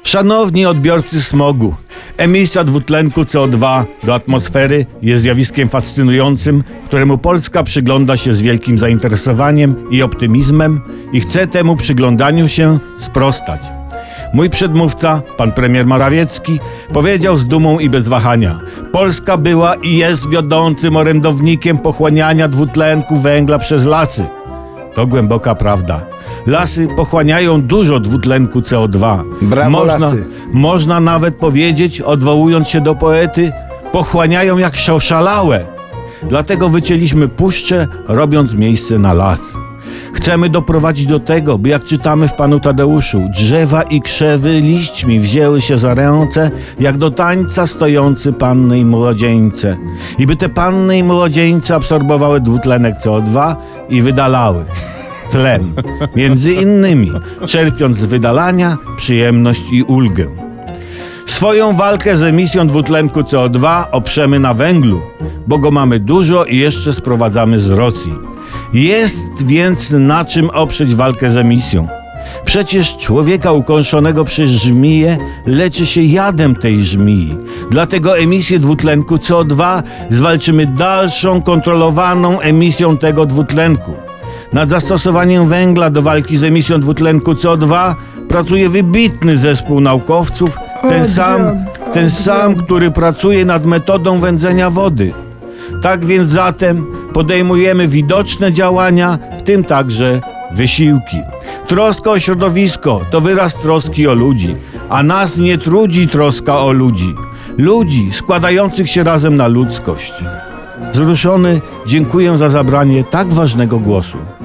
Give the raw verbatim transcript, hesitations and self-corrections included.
Szanowni odbiorcy smogu, emisja dwutlenku C O dwa do atmosfery jest zjawiskiem fascynującym, któremu Polska przygląda się z wielkim zainteresowaniem i optymizmem i chce temu przyglądaniu się sprostać. Mój przedmówca, pan premier Morawiecki, powiedział z dumą i bez wahania: Polska była i jest wiodącym orędownikiem pochłaniania dwutlenku węgla przez lasy. To głęboka prawda. Lasy pochłaniają dużo dwutlenku C O dwa. Brawo, można, lasy. można nawet powiedzieć, odwołując się do poety, pochłaniają jak oszalałe. Dlatego wycięliśmy puszczę, robiąc miejsce na las. Chcemy doprowadzić do tego, by jak czytamy w Panu Tadeuszu, drzewa i krzewy liśćmi wzięły się za ręce, jak do tańca stojący panny i młodzieńce. I by te panny i młodzieńce absorbowały dwutlenek C O dwa i wydalały tlen, między innymi czerpiąc z wydalania przyjemność i ulgę. Swoją walkę z emisją dwutlenku C O dwa oprzemy na węglu, bo go mamy dużo i jeszcze sprowadzamy z Rosji. Jest więc na czym oprzeć walkę z emisją. Przecież człowieka ukąszonego przez żmiję leczy się jadem tej żmii. Dlatego emisję dwutlenku C O dwa zwalczymy dalszą, kontrolowaną emisją tego dwutlenku. Nad zastosowaniem węgla do walki z emisją dwutlenku C O dwa pracuje wybitny zespół naukowców, ten sam, ten sam, który pracuje nad metodą wędzenia wody. Tak więc zatem podejmujemy widoczne działania, w tym także wysiłki. Troska o środowisko to wyraz troski o ludzi, a nas nie trudzi troska o ludzi. Ludzi składających się razem na ludzkość. Wzruszony dziękuję za zabranie tak ważnego głosu.